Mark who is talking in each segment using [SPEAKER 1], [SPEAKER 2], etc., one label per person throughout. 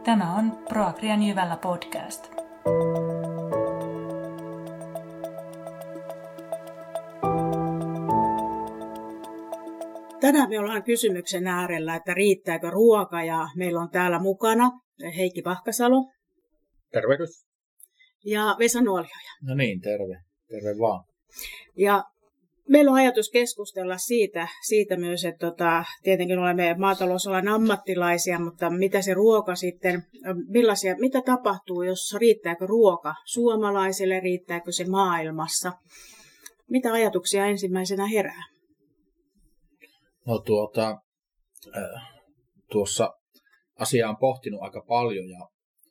[SPEAKER 1] Tämä on Proagrian Jyvällä podcast.
[SPEAKER 2] Tänään me ollaan kysymyksen äärellä, että riittääkö ruoka, ja meillä on täällä mukana Heikki Pahkasalo.
[SPEAKER 3] Tervehdys.
[SPEAKER 2] Ja Vesa Nuolioja.
[SPEAKER 3] No niin, terve vaan.
[SPEAKER 2] Ja meillä on ajatus keskustella siitä myös, että tietenkin olemme maatalousalan ammattilaisia, mutta mitä se ruoka sitten, mitä tapahtuu, jos riittääkö ruoka suomalaiselle, riittääkö se maailmassa? Mitä ajatuksia ensimmäisenä herää?
[SPEAKER 3] No tuossa asiaa on pohtinut aika paljon ja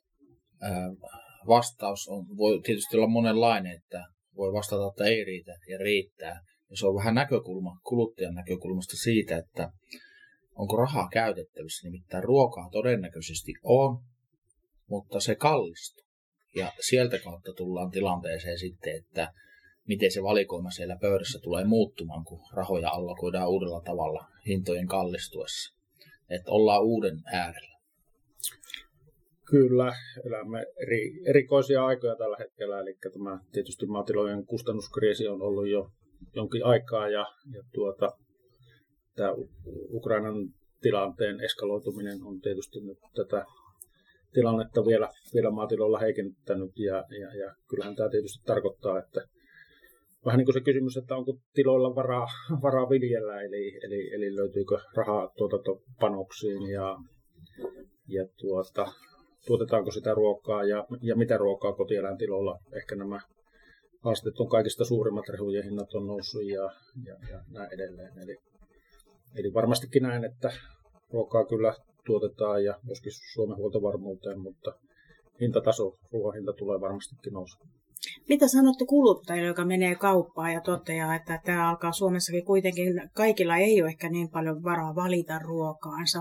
[SPEAKER 3] vastaus voi tietysti olla monenlainen, että voi vastata, että ei riitä ja riittää. Ja se on vähän kuluttajan näkökulmasta siitä, että onko rahaa käytettävissä. Nimittäin ruokaa todennäköisesti on, mutta se kallistuu. Ja sieltä kautta tullaan tilanteeseen sitten, että miten se valikoima siellä pöydässä tulee muuttumaan, kun rahoja allokoidaan uudella tavalla hintojen kallistuessa. Että ollaan uuden äärellä.
[SPEAKER 4] Kyllä, elämme erikoisia aikoja tällä hetkellä, eli tämä tietysti maatilojen kustannuskriisi on ollut jo jonkin aikaa, ja tämä Ukrainan tilanteen eskaloituminen on tietysti nyt tätä tilannetta vielä maatiloilla heikentänyt, ja kyllähän tämä tietysti tarkoittaa, että vähän niin kuin se kysymys, että onko tiloilla varaa viljellä, eli löytyykö rahaa tuotantopanoksiin ja tuotetaanko sitä ruokaa ja mitä ruokaa kotieläintiloilla. Ehkä nämä haasteet on kaikista suurimmat, rehujen hinnat on noussut ja näin edelleen. Eli varmastikin näin, että ruokaa kyllä tuotetaan ja myöskin Suomen huoltovarmuuteen, mutta ruoan hinta tulee varmastikin nousemaan.
[SPEAKER 2] Mitä sanotte kuluttajille, joka menee kauppaan ja toteaa, että tämä alkaa Suomessakin kuitenkin, kaikilla ei ole ehkä niin paljon varaa valita ruokaansa,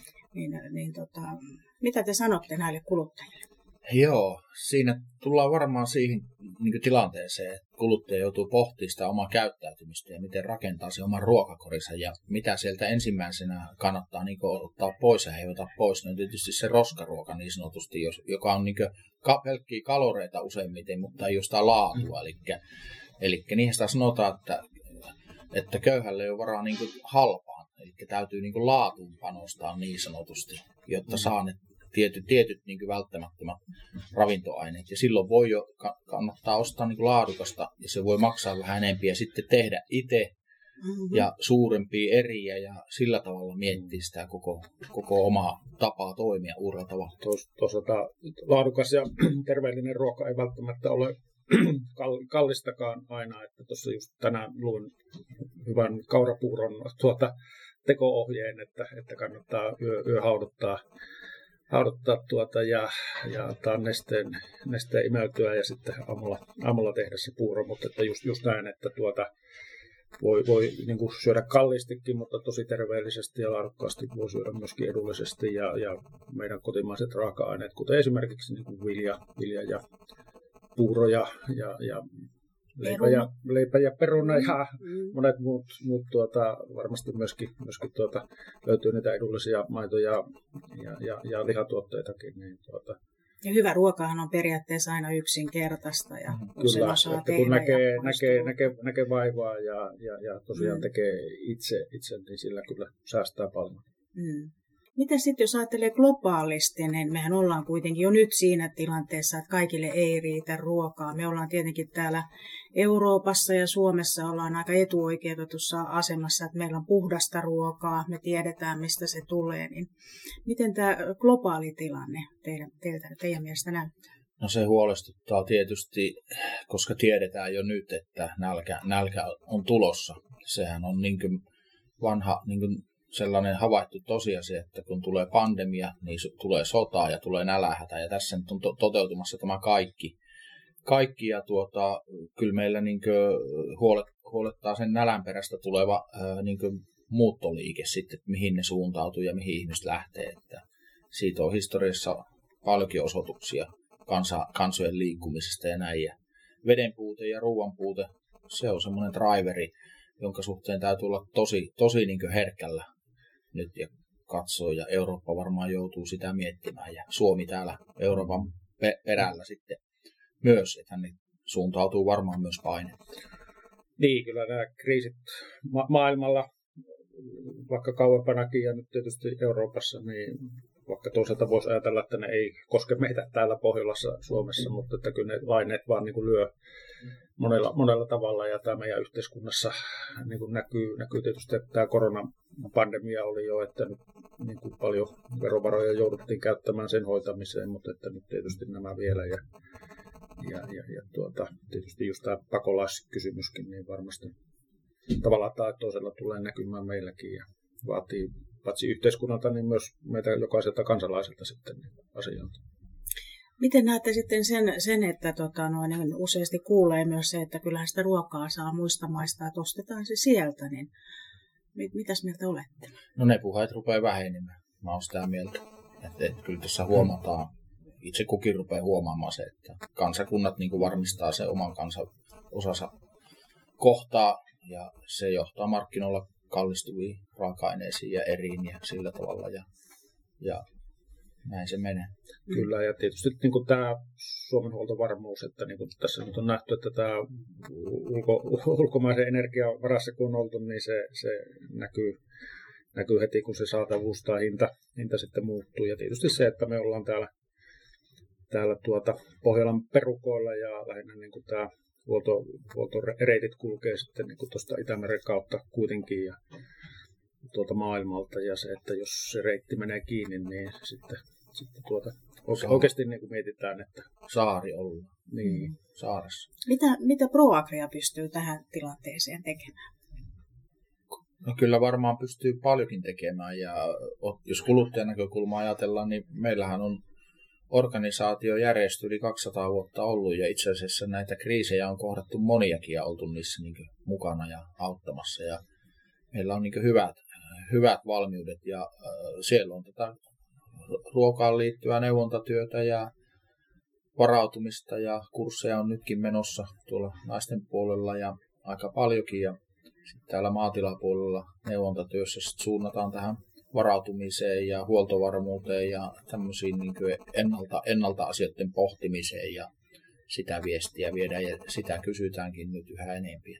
[SPEAKER 2] mitä te sanotte näille kuluttajille?
[SPEAKER 3] Joo, siinä tullaan varmaan siihen niin tilanteeseen, että kuluttaja joutuu pohtimaan sitä omaa käyttäytymistä ja miten rakentaa se oman ruokakorinsa ja mitä sieltä ensimmäisenä kannattaa niin ottaa pois ja ei ota pois. No tietysti se roskaruoka niin sanotusti, joka on niin pelkkiä kaloreita useimmiten, mutta ei ole sitä laatua. Eli niihin sitä sanotaan, että köyhälle ei ole varaa niin halpaan, eli täytyy niin laatuun panostaa niin sanotusti, jotta saa ne tietyt niin välttämättömät ravintoaineet. Ja silloin voi jo kannattaa ostaa niin laadukasta ja se voi maksaa vähän enemmän ja sitten tehdä itse ja suurempia eriä ja sillä tavalla miettiä sitä koko omaa tapaa toimia uudella tavalla.
[SPEAKER 4] Toisaalta laadukas ja terveellinen ruoka ei välttämättä ole kallistakaan aina. Että tuossa just tänään luin hyvän kaurapuuron teko-ohjeen, että kannattaa hauduttaa ja antaa nesteen imeytyä ja sitten aamulla tehdä se puuro, mutta että just näin, että voi niin kuin syödä kalliistikin, mutta tosi terveellisesti ja laadukkaasti voi syödä myöskin edullisesti ja meidän kotimaiset raaka-aineet, kuten esimerkiksi niin kuin vilja ja puuro ja leipä ja peruna ja monet muut varmasti myöskin löytyy niitä edullisia maitoja ja lihatuotteitakin.
[SPEAKER 2] Ja hyvä ruokahan on periaatteessa aina yksinkertaista ja
[SPEAKER 4] kyllä,
[SPEAKER 2] osaa
[SPEAKER 4] että
[SPEAKER 2] tehdä.
[SPEAKER 4] Kun näkee vaivaa ja tosiaan tekee itse, niin sillä kyllä säästää paljon.
[SPEAKER 2] Miten sitten, jos ajattelee globaalisti, niin mehän ollaan kuitenkin jo nyt siinä tilanteessa, että kaikille ei riitä ruokaa. Me ollaan tietenkin täällä Euroopassa ja Suomessa ollaan aika etuoikeutetussa asemassa, että meillä on puhdasta ruokaa, me tiedetään, mistä se tulee. Niin miten tämä globaali tilanne teidän mielestä näyttää?
[SPEAKER 3] No se huolestuttaa tietysti, koska tiedetään jo nyt, että nälkä on tulossa. Sehän on niin kuin vanha sellainen havaittu tosiasia, että kun tulee pandemia, niin tulee sotaa ja tulee nälähätä. Ja tässä nyt on toteutumassa tämä kaikki ja kyllä meillä huolettaa sen nälänperästä tuleva muuttoliike sitten, että mihin ne suuntautuu ja mihin ihmiset lähtee. Että siitä on historiassa paljonkin osoituksia kansojen liikkumisesta ja näin. Ja veden puute ja ruoan puute, se on semmoinen driveri, jonka suhteen täytyy olla tosi herkällä nyt. Ja katsoo ja Eurooppa varmaan joutuu sitä miettimään ja Suomi täällä Euroopan perällä sitten myös, että tänne suuntautuu varmaan myös paine.
[SPEAKER 4] Niin, kyllä nämä kriisit maailmalla, vaikka kauempanakin ja nyt tietysti Euroopassa, niin vaikka toisaalta voisi ajatella, että ne ei koske meitä täällä Pohjolassa, Suomessa, mutta että kyllä ne laineet vaan niin kuin lyö monella tavalla ja tämä meidän yhteiskunnassa niin kuin näkyy tietysti, että tämä koronapandemia oli jo, että nyt niin kuin paljon verovaroja jouduttiin käyttämään sen hoitamiseen, mutta että nyt tietysti nämä vielä ja tietysti just tämä pakolaiskysymyskin niin varmasti tavallaan tai toisella tulee näkymään meilläkin ja vaatii paitsi yhteiskunnalta, niin myös meitä jokaiselta kansalaiselta sitten asioita.
[SPEAKER 2] Miten näette sitten sen että useasti kuulee myös se, että kyllähän sitä ruokaa saa muista maista, että ostetaan se sieltä, niin mitäs mieltä olette?
[SPEAKER 3] No ne puheet rupeaa vähenemään. Mä oon sitä mieltä, että kyllä tässä huomataan, itse kukin rupeaa huomaamaan se, että kansakunnat niin kuin varmistaa sen oman osansa kohtaa ja se johtaa markkinoilla kallistuviin raaka-aineisiin ja eriin ja sillä tavalla ja näin se menee.
[SPEAKER 4] Kyllä ja tietysti niin kuin tämä Suomen huoltovarmuus, että niin kuin tässä nyt on nähty, että tämä ulkomaisen energian varassa kun on oltu, niin se näkyy heti kun se saatavuus tai hinta sitten muuttuu ja tietysti se, että me ollaan täällä Pohjolan perukoilla ja lähinnä niin kuin tämä huoltoreitit kulkee sitten niin kuin tuosta Itämeren kautta kuitenkin ja tuolta maailmalta ja se, että jos se reitti menee kiinni, niin sitten oikeasti niin kuin mietitään, että
[SPEAKER 3] saari ollaan.
[SPEAKER 4] Niin.
[SPEAKER 3] Saaressa.
[SPEAKER 2] Mitä ProAgria pystyy tähän tilanteeseen tekemään?
[SPEAKER 3] No kyllä varmaan pystyy paljonkin tekemään ja jos kuluttajan näkökulmaa ajatellaan, niin meillähän on organisaatio järjestö yli 200 vuotta ollut ja itse asiassa näitä kriisejä on kohdattu moniakin ja oltu niissä niin mukana ja auttamassa ja meillä on niin hyvät valmiudet ja siellä on tätä ruokaan liittyvää neuvontatyötä ja varautumista ja kursseja on nytkin menossa tuolla naisten puolella ja aika paljonkin ja sitten täällä maatilapuolella neuvontatyössä suunnataan tähän varautumiseen ja huoltovarmuuteen ja tämmöisiin niin kuin ennalta asioiden pohtimiseen ja sitä viestiä viedään ja sitä kysytäänkin nyt yhä enemmän,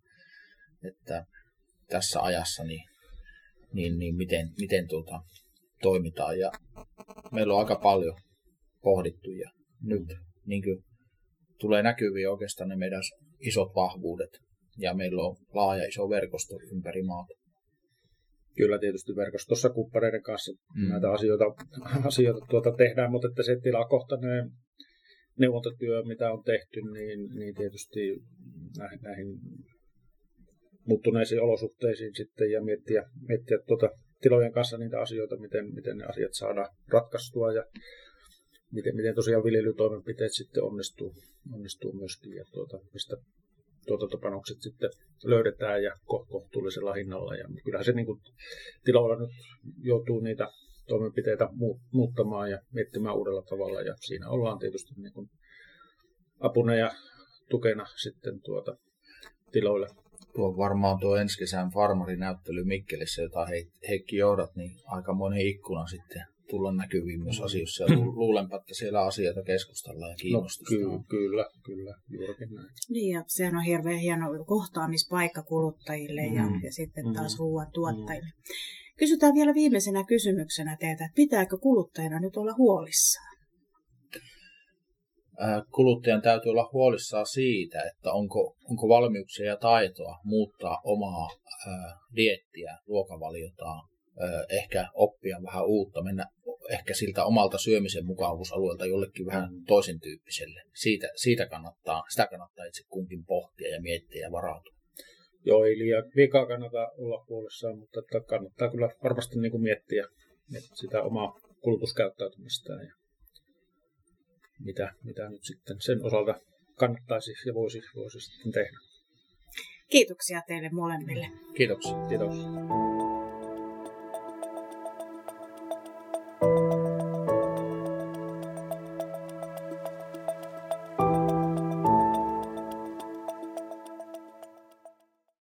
[SPEAKER 3] että tässä ajassa niin miten toimitaan ja meillä on aika paljon pohdittu ja nyt niin kuin tulee näkyviin oikeastaan ne meidän isot vahvuudet ja meillä on laaja iso verkosto ympäri maata.
[SPEAKER 4] Kyllä tietysti verkostossa kumppaneiden kanssa näitä asioita tehdään, mutta että se tilakohtainen neuvontatyö, mitä on tehty, niin tietysti näihin muuttuneisiin olosuhteisiin sitten ja miettiä tilojen kanssa niitä asioita, miten ne asiat saadaan ratkaistua ja miten tosiaan viljelytoimenpiteet sitten onnistuu myöskin ja mistä tuotantopanokset sitten löydetään ja kohtuullisella hinnalla. Ja kyllähän se niin kuin tiloilla nyt joutuu niitä toimenpiteitä muuttamaan ja miettimään uudella tavalla. Ja siinä ollaan tietysti niin kuin apuna ja tukena sitten tiloille.
[SPEAKER 3] Tuo varmaan tuo ensi kesän farmarinäyttely Mikkelissä, jota Heikki johdat, niin aikamoinen ikkuna sitten tulla näkyviin myös asioissa. Ja luulenpa, että siellä asioita keskustellaan ja kiinnostusta.
[SPEAKER 4] No, kyllä, juurikin näin.
[SPEAKER 2] Niin, ja sehän on hirveän hieno kohtaamispaikka kuluttajille ja sitten taas ruoan tuottajille. Kysytään vielä viimeisenä kysymyksenä teiltä, että pitääkö kuluttajana nyt olla huolissaan?
[SPEAKER 3] Kuluttajan täytyy olla huolissaan siitä, että onko valmiuksia ja taitoa muuttaa omaa dieettiä, ruokavaliotaan, ehkä oppia vähän uutta, mennä ehkä siltä omalta syömisen mukavuusalueelta jollekin vähän toisen tyyppiselle. Sitä kannattaa itse kunkin pohtia ja miettiä ja varautua.
[SPEAKER 4] Joo, ei liikaa kannata olla huolissaan, mutta kannattaa kyllä varmasti niin kuin miettiä sitä omaa kulutuskäyttäytymistään ja mitä nyt sitten sen osalta kannattaisi ja voisi sitten tehdä.
[SPEAKER 2] Kiitoksia teille molemmille.
[SPEAKER 3] Kiitoksia.
[SPEAKER 4] Kiitos.